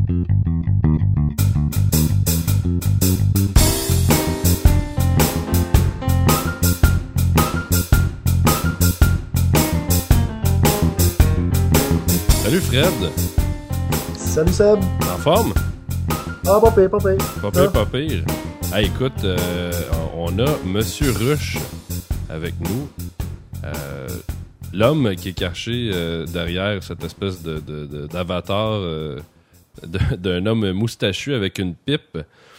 Salut Fred! Salut Seb! En forme? Ah, pas pire, pas pire. Pas pire, pas pire. Ah, écoute, on a Monsieur Rush avec nous. L'homme qui est caché derrière cette espèce d'avatar d'un homme moustachu avec une pipe.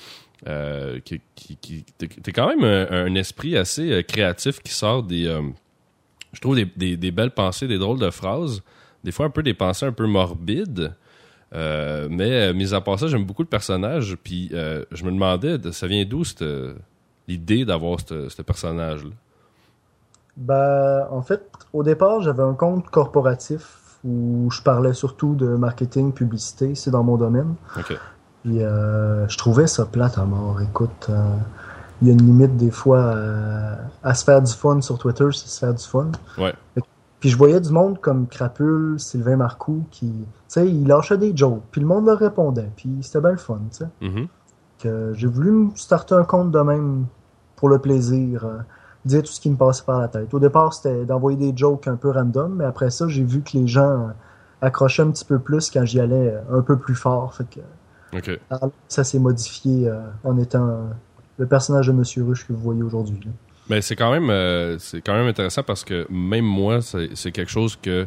T'es quand même un esprit assez créatif qui sort je trouve des belles pensées, des drôles de phrases. Des fois, un peu des pensées un peu morbides. Mais mis à part ça, j'aime beaucoup le personnage. Puis je me demandais, ça vient d'où l'idée d'avoir ce personnage-là? Ben, en fait, au départ, j'avais un compte corporatif où je parlais surtout de marketing, publicité. C'est dans mon domaine. OK. Puis je trouvais ça plate à mort. Écoute, il y a une limite des fois à se faire du fun sur Twitter, c'est se faire du fun. Ouais. Puis je voyais du monde comme Crapule, Sylvain Marcoux, qui, tu sais, il lâchait des jokes, puis le monde leur répondait, puis c'était bien le fun, tu sais. Mm-hmm. Que j'ai voulu me starter un compte de même pour le plaisir, dire tout ce qui me passait par la tête. Au départ, c'était d'envoyer des jokes un peu random, mais après ça, j'ai vu que les gens accrochaient un petit peu plus quand j'y allais un peu plus fort. Fait que OK. alors, ça s'est modifié en étant le personnage de Monsieur Rush que vous voyez aujourd'hui, là. Mais c'est quand même intéressant parce que même moi, c'est quelque chose que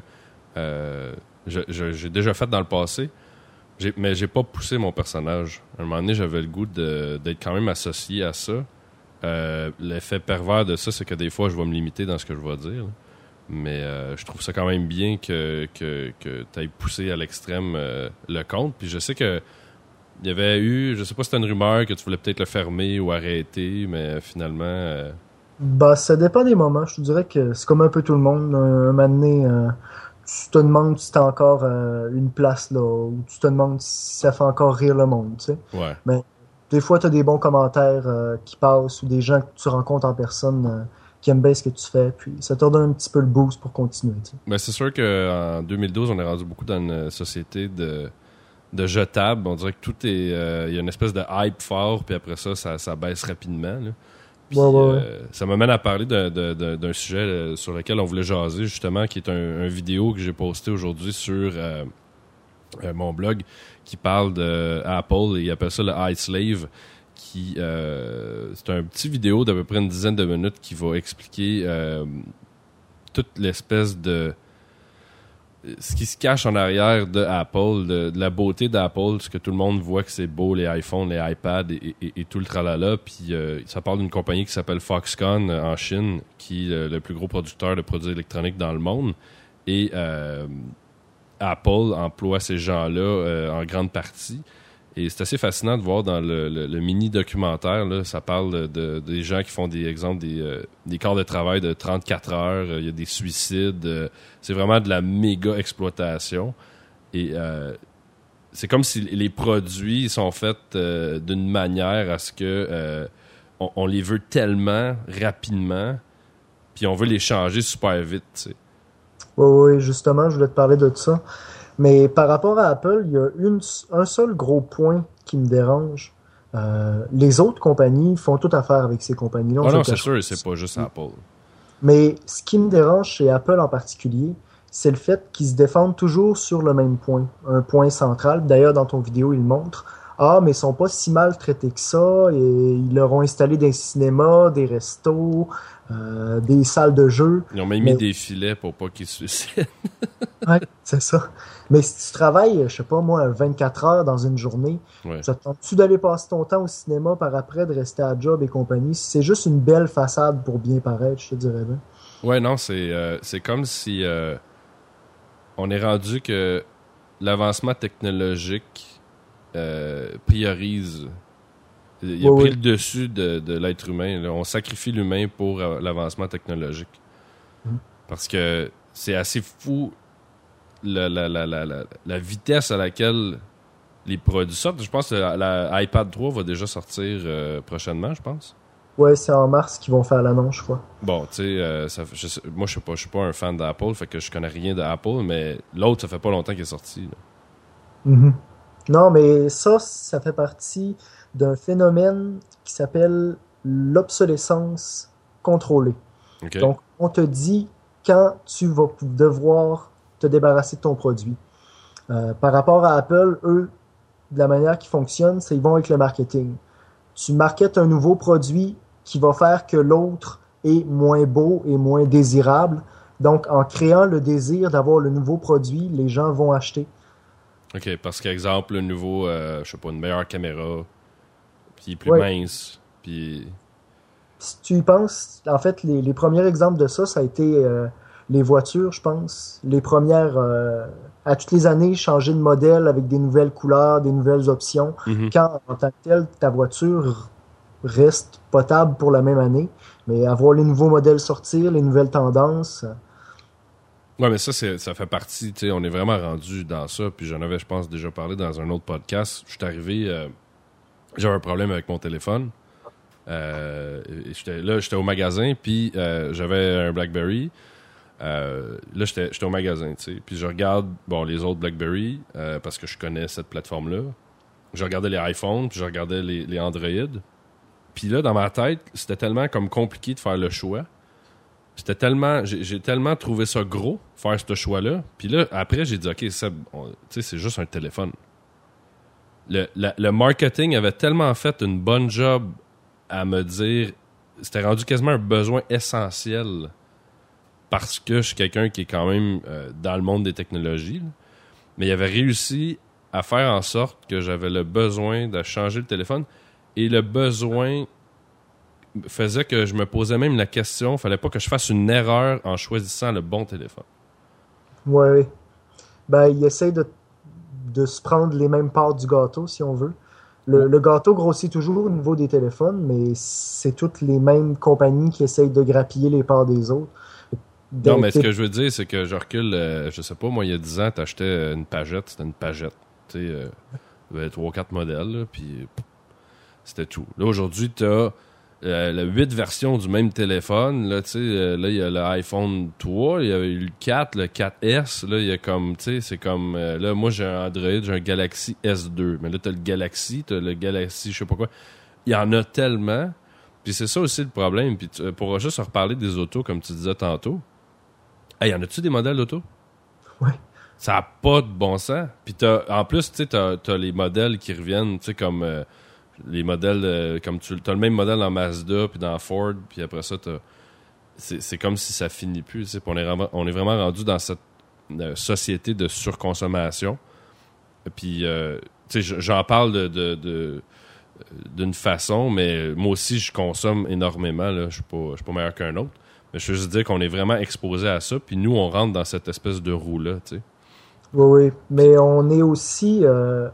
j'ai déjà fait dans le passé, mais j'ai pas poussé mon personnage. À un moment donné, j'avais le goût d'être quand même associé à ça. L'effet pervers de ça, c'est que des fois, je vais me limiter dans ce que je vais dire. Là. Mais je trouve ça quand même bien que tu aies poussé à l'extrême le compte. Puis je sais que il y avait eu, je sais pas si c'était une rumeur que tu voulais peut-être le fermer ou arrêter, mais finalement... Bah, ça dépend des moments. Je te dirais que c'est comme un peu tout le monde. Un moment donné, tu te demandes si t'as encore une place là, ou tu te demandes si ça fait encore rire le monde, tu sais. Ouais. Mais des fois, t'as des bons commentaires qui passent ou des gens que tu rencontres en personne qui aiment bien ce que tu fais, puis ça te donne un petit peu le boost pour continuer, tu sais. Ben, c'est sûr qu'en 2012, on est rendu beaucoup dans une société de jetables. On dirait que tout est... il y a une espèce de hype fort, puis après ça baisse rapidement, là. Puis, ça m'amène à parler d'un sujet sur lequel on voulait jaser, justement, qui est un vidéo que j'ai posté aujourd'hui sur mon blog, qui parle de Apple, et il appelle ça le iSlave, qui c'est un petit vidéo d'à peu près une dizaine de minutes qui va expliquer toute l'espèce de... ce qui se cache en arrière de Apple, de la beauté d'Apple, ce que tout le monde voit que c'est beau, les iPhones, les iPads et tout le tralala. Puis ça parle d'une compagnie qui s'appelle Foxconn en Chine, qui est le plus gros producteur de produits électroniques dans le monde. Et Apple emploie ces gens-là en grande partie. Et c'est assez fascinant de voir dans le mini-documentaire, là, ça parle des gens qui font des quarts de travail de 34 heures, il y a des suicides, c'est vraiment de la méga exploitation. Et c'est comme si les produits sont faits d'une manière à ce que on les veut tellement rapidement, puis on veut les changer super vite, tu sais. Oui, justement, je voulais te parler de ça. Mais par rapport à Apple, il y a un seul gros point qui me dérange. Les autres compagnies font toute affaire avec ces compagnies-là. Oh non, c'est sûr, c'est pas juste Apple. Mais ce qui me dérange chez Apple en particulier, c'est le fait qu'ils se défendent toujours sur le même point. Un point central. D'ailleurs, dans ton vidéo, ils le montrent. Ah, mais ils sont pas si mal traités que ça. Et ils leur ont installé des cinémas, des restos, des salles de jeu. Ils ont même mis des filets pour pas qu'ils se suicident. Ouais, c'est ça. Mais si tu travailles, je sais pas moi, 24 heures dans une journée, Ouais. ça te tente-tu d'aller passer ton temps au cinéma par après, de rester à job et compagnie? Si c'est juste une belle façade pour bien paraître, je te dirais bien. Ouais, non, c'est comme si on est rendu que l'avancement technologique priorise. Il a pris le dessus de l'être humain. Là. On sacrifie l'humain pour l'avancement technologique. Parce que c'est assez fou la vitesse à laquelle les produits sortent. Je pense que la iPad 3 va déjà sortir prochainement, je pense. Ouais, c'est en mars qu'ils vont faire l'annonce, je crois. Bon, tu sais, moi, je suis pas un fan d'Apple, fait que je connais rien d'Apple, mais l'autre, ça fait pas longtemps qu'il est sorti. Là. Mm-hmm. Non, mais ça fait partie d'un phénomène qui s'appelle l'obsolescence contrôlée. OK. Donc, on te dit quand tu vas devoir te débarrasser de ton produit. Par rapport à Apple, eux, de la manière qu'ils fonctionnent, c'est ils vont avec le marketing. Tu marketes un nouveau produit qui va faire que l'autre est moins beau et moins désirable. Donc, en créant le désir d'avoir le nouveau produit, les gens vont acheter. OK, parce qu'exemple, le nouveau, je sais pas, une meilleure caméra, puis plus Ouais. mince, puis... Si tu y penses, en fait, les premiers exemples de ça, ça a été les voitures, je pense. Les premières, à toutes les années, changer de modèle avec des nouvelles couleurs, des nouvelles options. Mhm. Quand, en tant que tel, ta voiture reste potable pour la même année. Mais avoir les nouveaux modèles sortir, les nouvelles tendances. Ouais, mais ça fait partie, tu sais, on est vraiment rendu dans ça, puis j'en avais, je pense, déjà parlé dans un autre podcast. Je suis arrivé, j'avais un problème avec mon téléphone. Et j'étais au magasin, puis j'avais un BlackBerry. Là, j'étais au magasin, tu sais. Puis je regarde, bon, les autres BlackBerry, parce que je connais cette plateforme-là. Je regardais les iPhones, puis je regardais les Android. Puis là, dans ma tête, c'était tellement comme compliqué de faire le choix. C'était tellement... J'ai tellement trouvé ça gros, faire ce choix-là. Puis là, après, j'ai dit, OK, tu sais, c'est juste un téléphone. Le marketing avait tellement fait une bonne job à me dire... C'était rendu quasiment un besoin essentiel parce que je suis quelqu'un qui est quand même dans le monde des technologies. Là. Mais il avait réussi à faire en sorte que j'avais le besoin de changer le téléphone. Et le besoin faisait que je me posais même la question, il fallait pas que je fasse une erreur en choisissant le bon téléphone. Ouais. Ben, ils essayent de se prendre les mêmes parts du gâteau, si on veut. Le gâteau grossit toujours au niveau des téléphones, mais c'est toutes les mêmes compagnies qui essayent de grappiller les parts des autres. Non, mais ce que je veux dire, c'est que je recule, je sais pas, moi, il y a 10 ans, t'achetais une Pagette, c'était une Pagette. Tu sais, il y avait 3-4 modèles, là, puis c'était tout. Là, aujourd'hui, t'as la 8 versions du même téléphone. Là, tu sais, là, il y a l'iPhone 3, il y a eu le 4, le 4S. Là, il y a comme, tu sais, c'est comme... là, moi, j'ai un Android, j'ai un Galaxy S2. Mais là, t'as le Galaxy, je sais pas quoi. Il y en a tellement. Puis c'est ça aussi le problème. Puis tu pourras juste reparler des autos, comme tu disais tantôt. Hey, y en a-tu des modèles d'auto? Ouais. Ça n'a pas de bon sens. Puis en plus, tu sais, t'as les modèles qui reviennent, tu sais, comme les modèles, comme t'as le même modèle dans Mazda, puis dans Ford, puis après ça, c'est comme si ça finit plus, tu sais. Puis on est vraiment rendu dans cette société de surconsommation. Puis, tu sais, j'en parle d'une façon, mais moi aussi, je consomme énormément, là. Je suis pas meilleur qu'un autre. Mais je veux juste dire qu'on est vraiment exposé à ça, puis nous, on rentre dans cette espèce de roue-là, tu sais. Oui, oui. Mais on est aussi...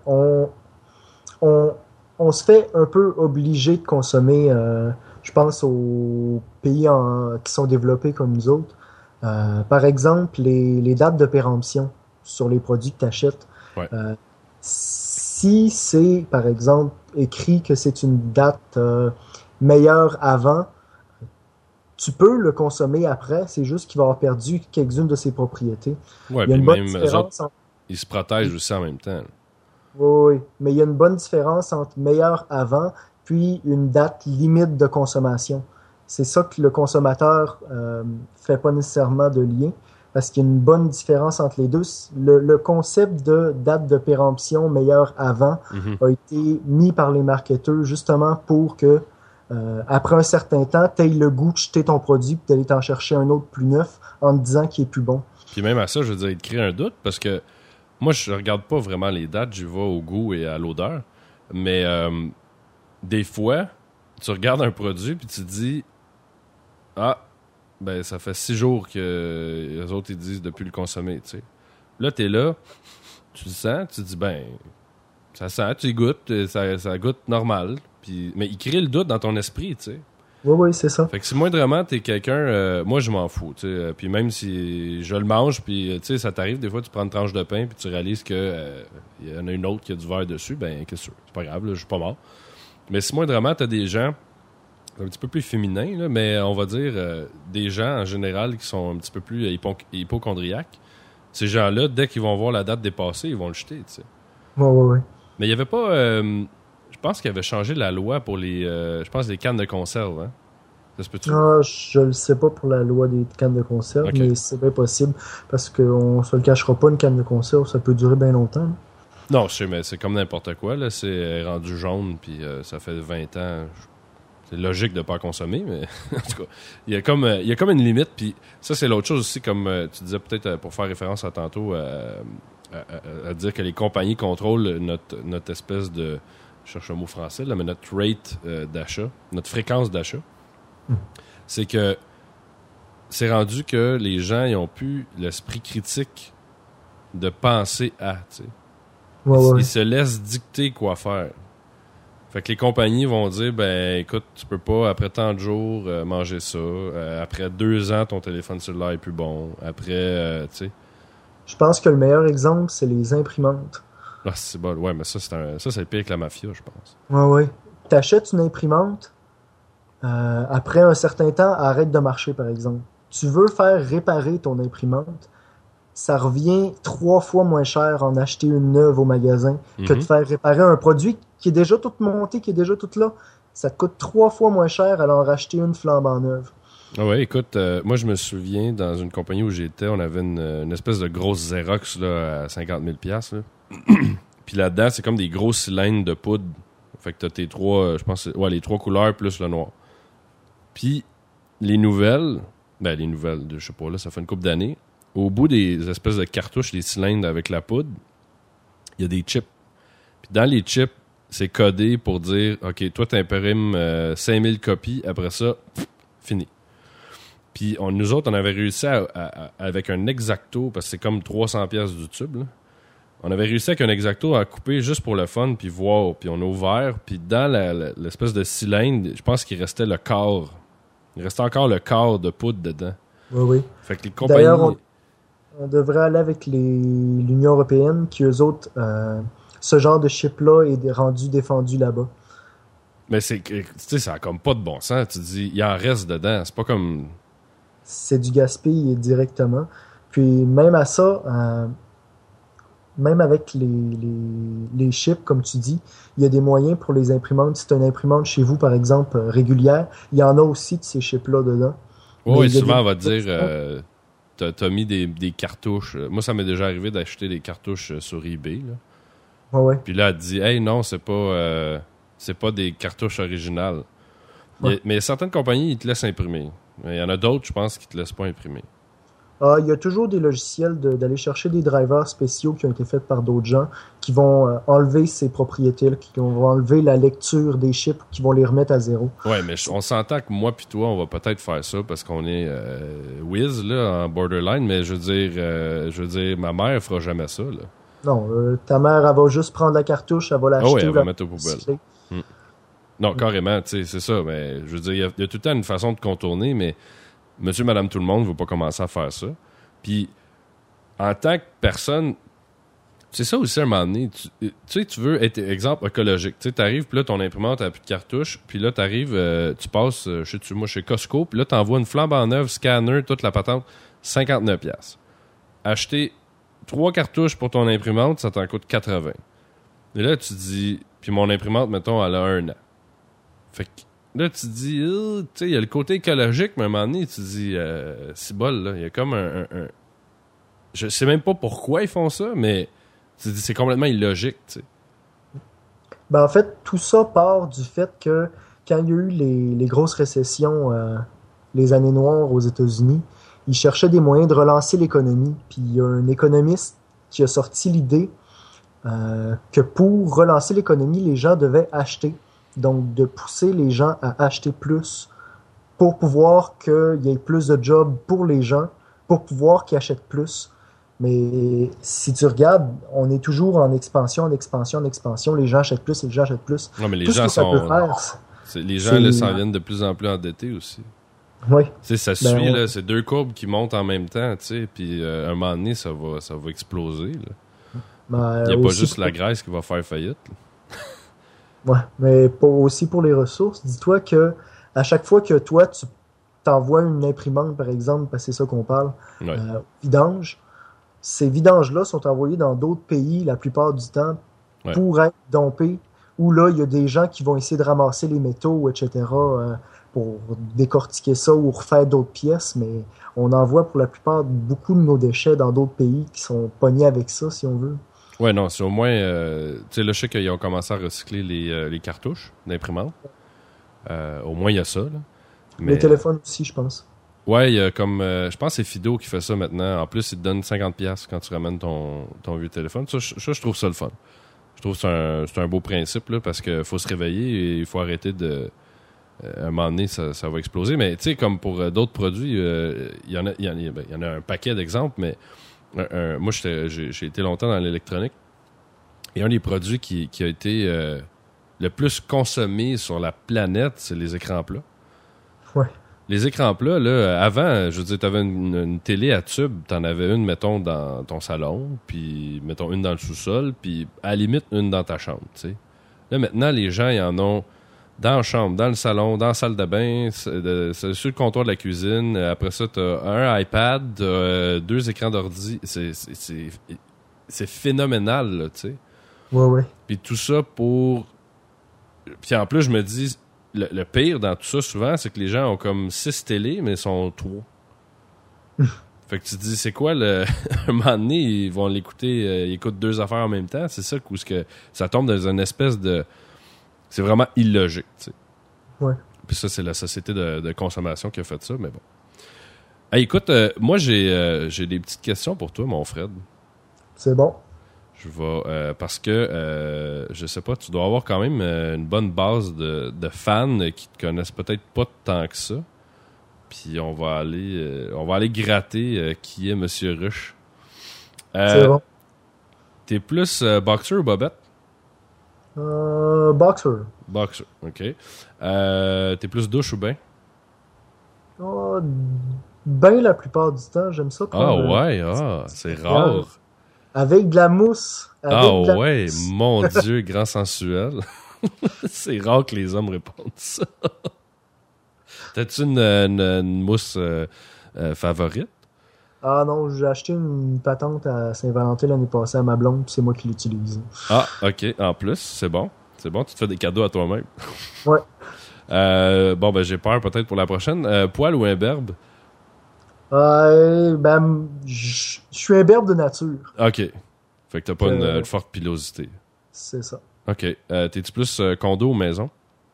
on se fait un peu obligé de consommer, je pense, aux pays qui sont développés comme nous autres. Par exemple, les dates de péremption sur les produits que tu achètes. Ouais. Si c'est, par exemple, écrit que c'est une date meilleure avant, tu peux le consommer après, c'est juste qu'il va avoir perdu quelques-unes de ses propriétés. Ouais, Il y a puis une bonne même eux différence autres, ils se protègent aussi en même temps. Oui, oui, mais il y a une bonne différence entre meilleur avant puis une date limite de consommation. C'est ça que le consommateur fait pas nécessairement de lien parce qu'il y a une bonne différence entre les deux. Le concept de date de péremption meilleur avant a été mis par les marketeurs justement pour que après un certain temps, tu aies le goût de jeter ton produit puis d'aller t'en chercher un autre plus neuf en te disant qu'il est plus bon. Puis même à ça, je veux dire, il te crée un doute parce que moi, je regarde pas vraiment les dates, j'y vais au goût et à l'odeur. Mais des fois, tu regardes un produit puis tu te dis ah, ben ça fait 6 jours que les autres ils disent de plus le consommer, tu sais. Là, t'es là, tu le sens, tu te dis ben ça sent, tu y goûtes, ça goûte normal. Puis, mais il crée le doute dans ton esprit, tu sais. Oui, oui, c'est ça. Fait que si moindrement t'es quelqu'un, moi je m'en fous, tu sais. Puis même si je le mange, puis tu sais, ça t'arrive des fois tu prends une tranche de pain puis tu réalises que il y en a une autre qui a du verre dessus, ben qu'est-ce que c'est pas grave, là, je suis pas mort. Mais si moindrement t'as des gens un petit peu plus féminins, là, mais on va dire des gens en général qui sont un petit peu plus hypochondriaques, ces gens-là, dès qu'ils vont voir la date dépassée, ils vont le jeter, tu sais. Oui, oui, oui. Mais il n'y avait pas... je pense qu'il avait changé la loi pour les cannes de conserve, hein? Ça se peut-tu? Ah, je le sais pas pour la loi des cannes de conserve, Ok. mais c'est bien possible parce qu'on se le cachera pas, une canne de conserve, ça peut durer bien longtemps. Non, je sais, mais c'est comme n'importe quoi, là. C'est rendu jaune, puis ça fait 20 ans. C'est logique de ne pas en consommer, mais en tout cas, il y a comme une limite, puis ça, c'est l'autre chose aussi, comme tu disais peut-être pour faire référence à tantôt, à dire que les compagnies contrôlent notre espèce de... Je cherche un mot français, là, mais notre rate d'achat, notre fréquence d'achat. C'est que c'est rendu que les gens ils ont plus l'esprit critique de penser à, tu sais. Ouais. Ils se laissent dicter quoi faire. Fait que les compagnies vont dire, ben écoute, tu peux pas après tant de jours manger ça. Après 2 ans, ton téléphone cellulaire est plus bon. Après, tu sais. Je pense que le meilleur exemple, c'est les imprimantes. Ah, c'est bon. Ouais, mais ça, c'est pire que la mafia, je pense. Ouais. T'achètes une imprimante, après un certain temps, elle arrête de marcher, par exemple. Tu veux faire réparer ton imprimante, ça revient 3 fois moins cher en acheter une neuve au magasin que de faire réparer un produit qui est déjà tout monté, qui est déjà tout là. Ça te coûte 3 fois moins cher à en racheter une flambant neuve. Ah ouais, écoute, moi je me souviens, dans une compagnie où j'étais, on avait une espèce de grosse Xerox là, à 50 000 $. Là. Puis là-dedans, c'est comme des gros cylindres de poudre. Fait que t'as tes 3, je pense, les 3 couleurs plus le noir. Puis les nouvelles, je sais pas, là, ça fait une couple d'années, au bout des espèces de cartouches, des cylindres avec la poudre, il y a des chips. Puis dans les chips, c'est codé pour dire, OK, toi, t'imprimes 5000 copies, après ça, fini. Puis nous autres, on avait réussi avec un X-Acto, parce que c'est comme 300 pièces du tube, là. On avait réussi avec un X-Acto à couper juste pour le fun, puis voir. Puis on a ouvert, puis dans l'espèce de cylindre, je pense qu'il restait le quart. Il restait encore le quart de poudre dedans. Oui. Fait que les compagnies... D'ailleurs, on devrait aller avec l'Union européenne, qui eux autres, ce genre de chip-là est rendu défendu là-bas. Mais tu sais, ça a comme pas de bon sens. Tu dis, il en reste dedans. C'est pas comme... C'est du gaspille directement. Puis même à ça, même avec les chips, comme tu dis, il y a des moyens pour les imprimantes. Si tu as une imprimante chez vous, par exemple, régulière, il y en a aussi de ces chips-là dedans. Oui, souvent, on va te dire, t'as mis des cartouches. Moi, ça m'est déjà arrivé d'acheter des cartouches sur eBay. Là. Ouais. Puis là, elle te dit, hey, non, c'est pas des cartouches originales. Mais il y a certaines compagnies, ils te laissent imprimer. Mais il y en a d'autres, je pense, qui te laissent pas imprimer. Il y a toujours des logiciels d'aller chercher des drivers spéciaux qui ont été faits par d'autres gens qui vont enlever ces propriétés-là, qui vont enlever la lecture des chips, qui vont les remettre à zéro. Ouais, mais on s'entend que moi puis toi, on va peut-être faire ça parce qu'on est whiz là, en borderline, mais je veux dire, ma mère fera jamais ça. Là. Non, ta mère, elle va juste prendre la cartouche, elle va l'acheter. Oui, elle va mettre aux poubelles. Non, carrément, tu sais, c'est ça. Mais je veux dire, il y a tout le temps une façon de contourner, mais monsieur, madame, tout le monde ne va pas commencer à faire ça. Puis, en tant que personne, c'est ça aussi à un moment donné. Tu sais, tu veux être, exemple, écologique. Tu sais, t'arrives, puis là, ton imprimante n'a plus de cartouche, puis là, t'arrives, tu passes, chez Costco, puis là, t'envoies une flambe en neuve, scanner, toute la patente, 59 $. Acheter 3 cartouches pour ton imprimante, ça t'en coûte 80. Et là, tu dis, puis mon imprimante, mettons, elle a 1 an. Fait que là, tu te dis, tu sais, il y a le côté écologique, mais à un moment donné, tu te dis, c'est bol, là. Il y a comme un. Je sais même pas pourquoi ils font ça, mais tu te dis, c'est complètement illogique, tu sais. Ben, en fait, tout ça part du fait que quand il y a eu les grosses récessions, les années noires aux États-Unis, ils cherchaient des moyens de relancer l'économie. Puis il y a un économiste qui a sorti l'idée que pour relancer l'économie, les gens devaient acheter. Donc, de pousser les gens à acheter plus pour pouvoir qu'il y ait plus de jobs pour les gens, pour pouvoir qu'ils achètent plus. Mais si tu regardes, on est toujours en expansion. Les gens achètent plus et les gens achètent plus. Non, mais les Tout gens ce que ça peut faire, les gens là, s'en viennent de plus en plus endettés aussi. Oui. Tu sais, ça suit, là, c'est 2 courbes qui montent en même temps, tu sais, puis à un moment donné, ça va exploser, là. Il n'y a pas juste la Grèce qui va faire faillite, là. Ouais, mais aussi pour les ressources, dis-toi que à chaque fois que toi, tu t'envoies une imprimante, par exemple, parce que c'est ça qu'on parle, vidange, ces vidanges-là sont envoyées dans d'autres pays la plupart du temps pour être dompé, où là, il y a des gens qui vont essayer de ramasser les métaux, etc., pour décortiquer ça ou refaire d'autres pièces, mais on envoie pour la plupart beaucoup de nos déchets dans d'autres pays qui sont pognés avec ça, si on veut. Ouais, non, c'est au moins... tu sais, là, je sais qu'ils ont commencé à recycler les cartouches d'imprimantes. Au moins, il y a ça, là. Mais, les téléphones aussi, je pense. Ouais, il y a comme... je pense que c'est Fido qui fait ça maintenant. En plus, il te donne 50$ quand tu ramènes ton vieux téléphone. Ça, je trouve ça le fun. Je trouve que c'est un beau principe, là, parce qu'il faut se réveiller et il faut arrêter de... à un moment donné, ça va exploser. Mais tu sais, comme pour d'autres produits, il y en a un paquet d'exemples, mais moi, j'ai été longtemps dans l'électronique. Et un des produits qui a été le plus consommé sur la planète, c'est les écrans plats. Ouais. Les écrans plats, là, avant, je veux dire, t'avais une télé à tube, t'en avais une, mettons, dans ton salon, puis, mettons, une dans le sous-sol, puis, à la limite, une dans ta chambre, tu sais. Là, maintenant, les gens, ils en ont dans la chambre, dans le salon, dans la salle de bain, sur le comptoir de la cuisine. Après ça, t'as un iPad, deux écrans d'ordi. C'est phénoménal, là, tu sais. Ouais. Puis tout ça pour... Puis en plus, je me dis... Le pire dans tout ça, souvent, c'est que les gens ont comme 6 télés, mais ils sont 3. Fait que tu te dis, c'est quoi le... un moment donné, ils vont l'écouter, ils écoutent 2 affaires en même temps. C'est ça où ça tombe dans une espèce de... C'est vraiment illogique, tu sais. Ouais. Puis ça, c'est la société de consommation qui a fait ça, mais bon. Hey, écoute, moi, j'ai des petites questions pour toi, mon Fred. C'est bon. Je vais... parce que, je sais pas, tu dois avoir quand même une bonne base de fans qui te connaissent peut-être pas tant que ça. Puis on va aller gratter qui est Monsieur Rush. C'est bon. T'es plus boxer ou bobette? Boxer. Boxer, OK. T'es plus douche ou bain? Bain la plupart du temps, j'aime ça. C'est rare. Avec de la mousse. Ouais, mon Dieu, grand sensuel. C'est rare que les hommes répondent ça. T'as-tu une mousse favorite? Ah non, j'ai acheté une patente à Saint-Valentin l'année passée à ma blonde, puis c'est moi qui l'utilise. Ah, OK. En plus, c'est bon. C'est bon, tu te fais des cadeaux à toi-même. Ouais. Bon, ben j'ai peur peut-être pour la prochaine. Poil ou imberbe? Je suis imberbe de nature. OK. Fait que t'as pas une forte pilosité. C'est ça. OK. T'es-tu plus condo ou maison?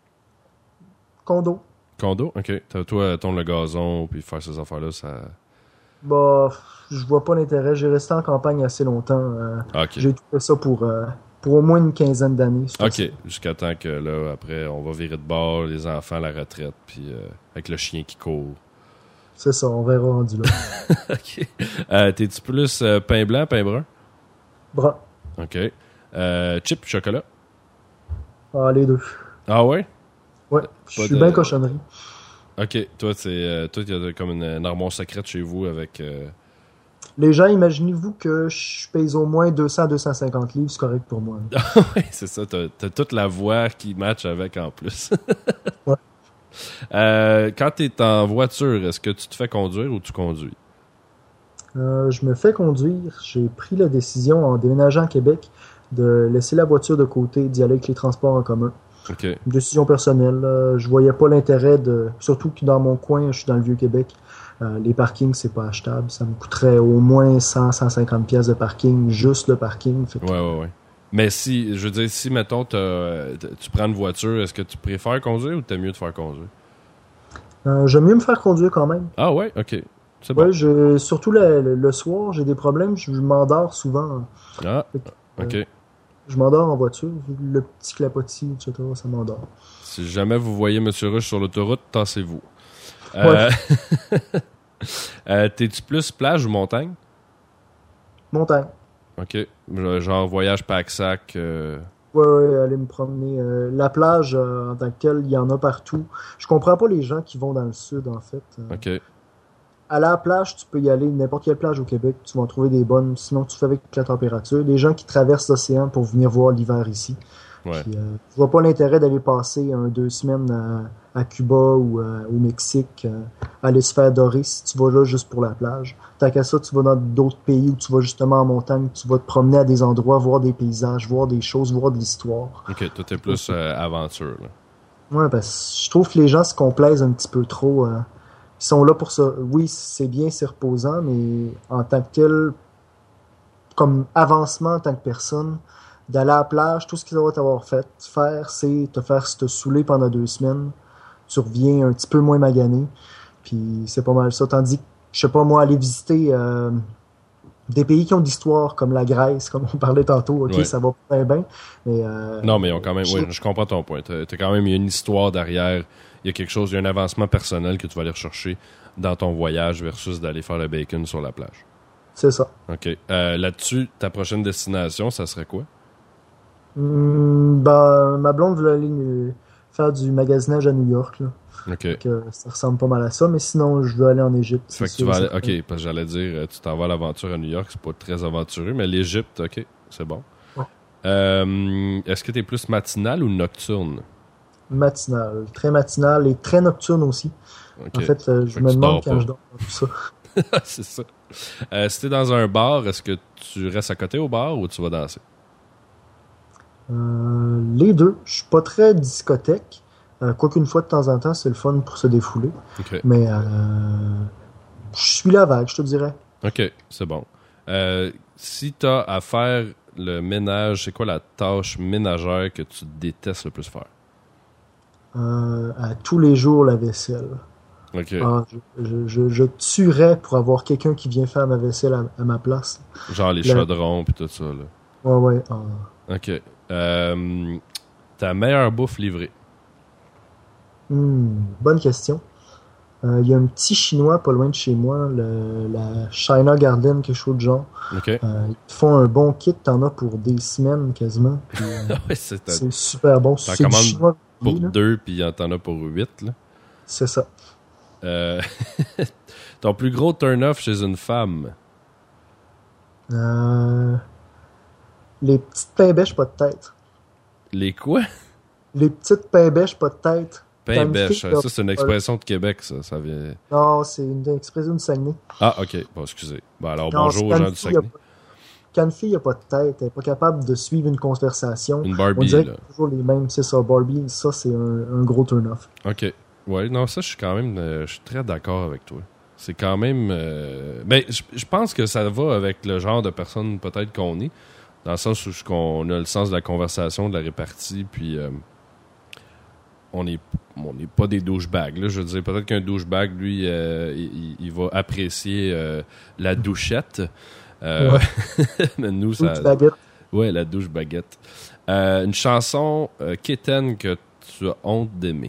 Condo. Condo? OK. Toi, tondre le gazon puis faire ces affaires-là, ça... Bah, je vois pas l'intérêt. J'ai resté en campagne assez longtemps. OK. J'ai tout fait ça pour au moins une quinzaine d'années. OK. Jusqu'à temps que, là, après, on va virer de bord, les enfants à la retraite, puis avec le chien qui court. C'est ça, on verra rendu là. OK. T'es-tu plus pain blanc, pain brun? Brun. OK. Chip, chocolat? Ah, les deux. Ah ouais? Ouais, je suis bien cochonnerie. OK. Toi, il y a comme une armoire secrète chez vous avec... Les gens, imaginez-vous que je pèse au moins 200-250 livres, c'est correct pour moi. Oui, c'est ça. T'as toute la voix qui match avec en plus. Ouais. Quand t'es en voiture, est-ce que tu te fais conduire ou tu conduis? Je me fais conduire. J'ai pris la décision en déménageant à Québec de laisser la voiture de côté, d'y aller avec les transports en commun. Okay. Une décision personnelle. Je voyais pas l'intérêt de... Surtout que dans mon coin, je suis dans le Vieux-Québec. Les parkings, c'est pas achetable. Ça me coûterait au moins 100-150 pièces de parking, juste le parking. Fait que... Ouais. Mais si, je veux dire, si, mettons, tu prends une voiture, est-ce que tu préfères conduire ou t'aimes mieux te faire conduire? J'aime mieux me faire conduire quand même. Ah ouais? OK. C'est bon. Ouais, surtout le soir, j'ai des problèmes. Je m'endors souvent. Ah, OK. Je m'endors en voiture. Le petit clapotis, etc., ça m'endort. Si jamais vous voyez M. Rush sur l'autoroute, tassez-vous. Ouais. T'es-tu plus plage ou montagne? Montagne. OK. Genre voyage pack-sac. Ouais, aller me promener. La plage, en tant que telle, il y en a partout. Je comprends pas les gens qui vont dans le sud, en fait. OK. À la plage, tu peux y aller, n'importe quelle plage au Québec, tu vas en trouver des bonnes. Sinon, tu fais avec la température. Des gens qui traversent l'océan pour venir voir l'hiver ici. Ouais. Puis, je vois pas l'intérêt d'aller passer 2 semaines à Cuba ou au Mexique, aller se faire dorer si tu vas là juste pour la plage. Tant qu'à ça, tu vas dans d'autres pays où tu vas justement en montagne, tu vas te promener à des endroits, voir des paysages, voir des choses, voir de l'histoire. Ok, toi t'es plus aventure, là. Ouais, parce que je trouve que les gens se complaisent un petit peu trop. Ils sont là pour ça. Oui, c'est bien, c'est reposant, mais en tant que tel, comme avancement en tant que personne, d'aller à la plage, tout ce qu'ils doivent t'avoir fait faire, c'est te faire te saouler pendant 2 semaines. Tu reviens un petit peu moins magané. Puis c'est pas mal ça. Tandis que, je sais pas moi, aller visiter des pays qui ont de l'histoire, comme la Grèce, comme on parlait tantôt, ok, Ouais. ça va pas bien. Mais Non, mais ils ont quand même. Oui, je comprends ton point. T'as quand même il y a une histoire derrière. Il y a quelque chose, il y a un avancement personnel que tu vas aller rechercher dans ton voyage versus d'aller faire le bacon sur la plage. c'est ça. OK. Là-dessus, ta prochaine destination, ça serait quoi? Ben, ma blonde voulait aller faire du magasinage à New York, là. OK. Donc, ça ressemble pas mal à ça, mais sinon, je veux aller en Égypte. Fait que tu vas aller. OK, parce que j'allais dire, tu t'en vas à l'aventure à New York, c'est pas très aventureux, mais l'Égypte, OK, c'est bon. Ouais. Est-ce que t'es plus matinal ou nocturne? Matinal, très matinal et très nocturne aussi. OK. En fait, je Fait que me tu demande dors quand pas. je dors dans tout ça. C'est ça. Si t'es dans un bar, est-ce que tu restes à côté au bar ou tu vas danser? Les deux. Je suis pas très discothèque. Quoique une fois de temps en temps, c'est le fun pour se défouler. OK. Mais je suis la vague, je te dirais. OK, c'est bon. Si t'as à faire le ménage, c'est quoi la tâche ménagère que tu détestes le plus faire? À tous les jours, la vaisselle. OK. Ah, je tuerais pour avoir quelqu'un qui vient faire ma vaisselle à ma place. Genre les Le- chaudrons pis tout ça, là. Ouais. OK. Ta meilleure bouffe livrée? Bonne question. Il y a un petit chinois pas loin de chez moi, la China Garden, quelque chose de genre. OK. Ils te font un bon kit, t'en as pour des semaines quasiment. Puis, Ouais, c'est c'est super bon. T'en C'est du commandes chinois pour là. 2 puis t'en as pour 8, là. C'est ça. Euh, Ton plus gros turn-off chez une femme? Les petites pains bêches, pas de tête. Les quoi? Les petites pains bêches, pas de tête. Pain Quand une bêche. fille, Ça, c'est une expression de Québec, ça. Ça vient... Non, c'est une expression de Saguenay. Ah, OK. Bon, excusez. Bon, alors, Non, bonjour c'est aux quand gens une du fille a Saguenay. pas- Quand une fille a pas de tête, elle est pas capable de suivre une conversation. Une On Barbie, dirait là. que c'est toujours les mêmes. C'est ça, Barbie, ça, c'est un gros turn-off. OK. Ouais, non, ça, je suis quand même... je suis très d'accord avec toi. C'est quand même... Ben, je pense que ça va avec le genre de personne peut-être qu'on est, dans le sens où on a le sens de la conversation, de la répartie, puis on n'est pas des douchebags. Là. Je veux dire, peut-être qu'un douchebag, lui, il va apprécier la douchette. Ouais. Mais nous, Ou ça... du baguette. Ouais, la douche baguette. Une chanson quétaine que tu as honte d'aimer.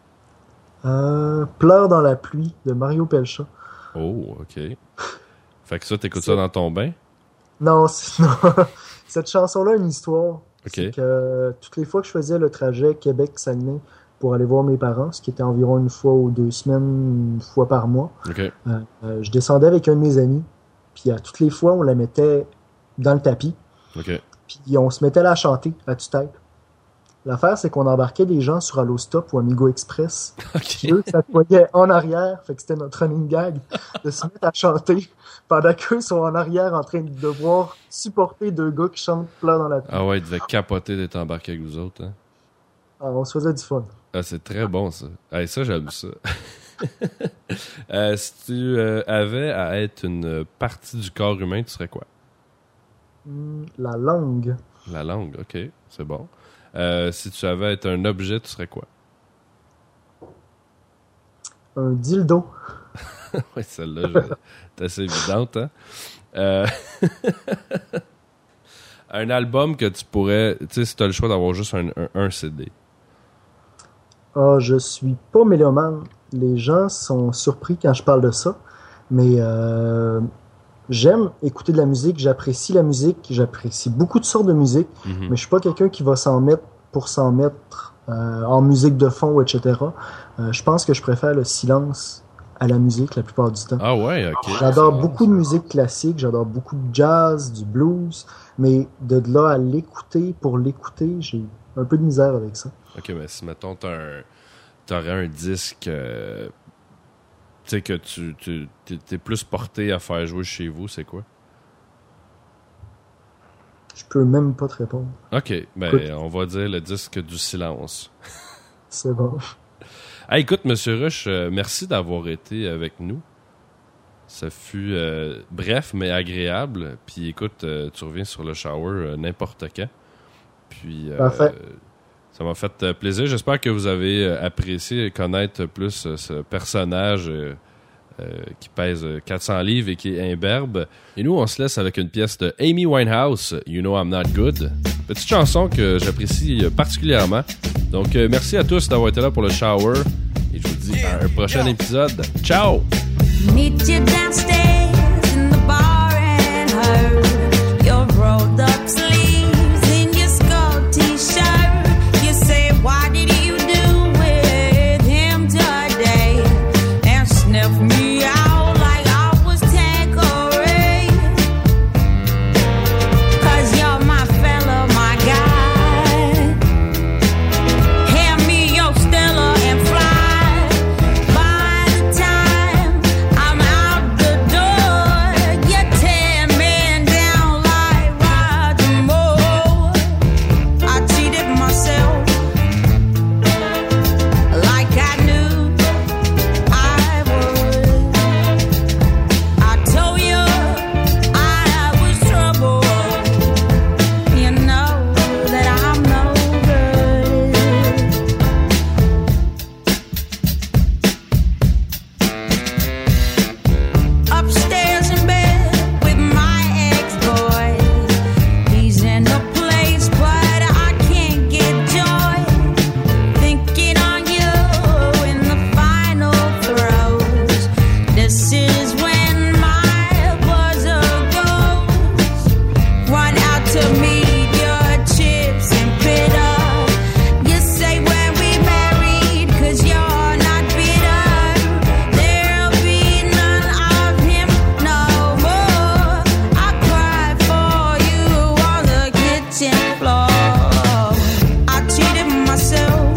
Pleure dans la pluie de Mario Pelcha. Oh, OK. Fait que ça, t'écoutes ça dans ton bain? Non, non. Cette chanson-là a une histoire. OK. C'est que toutes les fois que je faisais le trajet Québec-Saguenay pour aller voir mes parents, ce qui était environ une fois ou 2 semaines, une fois par mois, OK. je descendais avec un de mes amis. Puis à toutes les fois, on la mettait dans le tapis. OK. Puis on se mettait là à chanter à tue-tête. L'affaire, c'est qu'on embarquait des gens sur Allostop ou Amigo Express. Puis eux, ça voyait en arrière. Fait que c'était notre running gag de se mettre à chanter pendant qu'eux sont en arrière en train de devoir supporter 2 gars qui chantent plein dans la pluie. Ah ouais, il devait capoter d'être embarqué avec vous autres. Hein? Alors, on se faisait du fun. Ah, c'est très bon, ça. Hey, ça, j'aime ça. Si tu avais à être une partie du corps humain, tu serais quoi? La langue. La langue, OK. C'est bon. Si tu avais à être un objet, tu serais quoi? Un dildo. Oui, celle-là, c'est assez évidente, hein? Un album que tu pourrais... Tu sais, si tu as le choix d'avoir juste un CD. Ah, je suis pas mélomane. Les gens sont surpris quand je parle de ça. Mais j'aime écouter de la musique, j'apprécie la musique, j'apprécie beaucoup de sortes de musique, mais je suis pas quelqu'un qui va s'en mettre pour s'en mettre en musique de fond, etc. Je pense que je préfère le silence à la musique la plupart du temps. Ah ouais, OK. J'adore beaucoup de musique classique, j'adore beaucoup de jazz, du blues, mais de là à l'écouter pour l'écouter, j'ai un peu de misère avec ça. OK, mais si, mettons, t'aurais un disque, tu sais, que t'es plus porté à faire jouer chez vous, c'est quoi? Je peux même pas te répondre. OK, ben écoute, on va dire le disque du silence. C'est bon. Hey, écoute, Monsieur Rush, merci d'avoir été avec nous. Ça fut bref, mais agréable. Puis écoute, tu reviens sur le shower n'importe quand. Puis parfait. Ça m'a fait plaisir. J'espère que vous avez apprécié connaître plus ce personnage qui pèse 400 livres et qui est imberbe. Et nous, on se laisse avec une pièce de Amy Winehouse, You Know I'm Not Good. Petite chanson que j'apprécie particulièrement. Donc, merci à tous d'avoir été là pour le shower. Et je vous dis à un prochain épisode. Ciao! Meet you downstairs in the bar and her your rolled up sleeves in your skull t-shirt. You say, what did you do with him today? And sniff me out like I was Tanqueray. 'Cause you're my fella, my guy. Hand me your Stella and fly. By the time I'm out the door, you're 10 men down like Roger Moore. I cheated myself like I knew I would. I told you I was trouble. You know that I'm no good. Upstairs in bed with my ex-boy. He's in a place, but I can't get joy. Thinking on you in the final throes. This is when my buzzer goes. Run out to meet your chips and bitter. You say when we married, 'cause you're not bitter. There'll be none of him no more. I cried for you on the kitchen floor. I cheated myself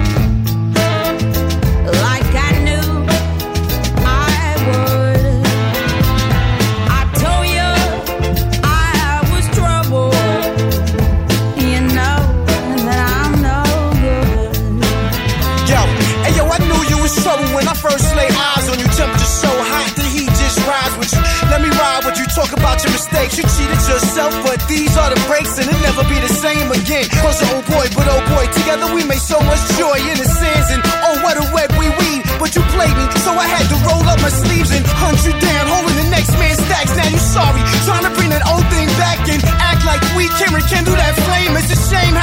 like I knew I would. I told you I was trouble. You know that I'm no good. Yo, hey yo, I knew you was trouble when I first laid eyes on you. Temperature so hot, the heat just rise with you. Let me ride with you, talk about your mistakes. You cheated yourself, but these are the breaks, and it'll never be the same again. Was an old boy, but oh boy, together we made so much joy in the sands, and oh what a web we weave. But you played me, so I had to roll up my sleeves and hunt you down, holding the next man's stacks. Now you sorry, trying to bring that old thing back and act like we can rekindle that flame. It's a shame how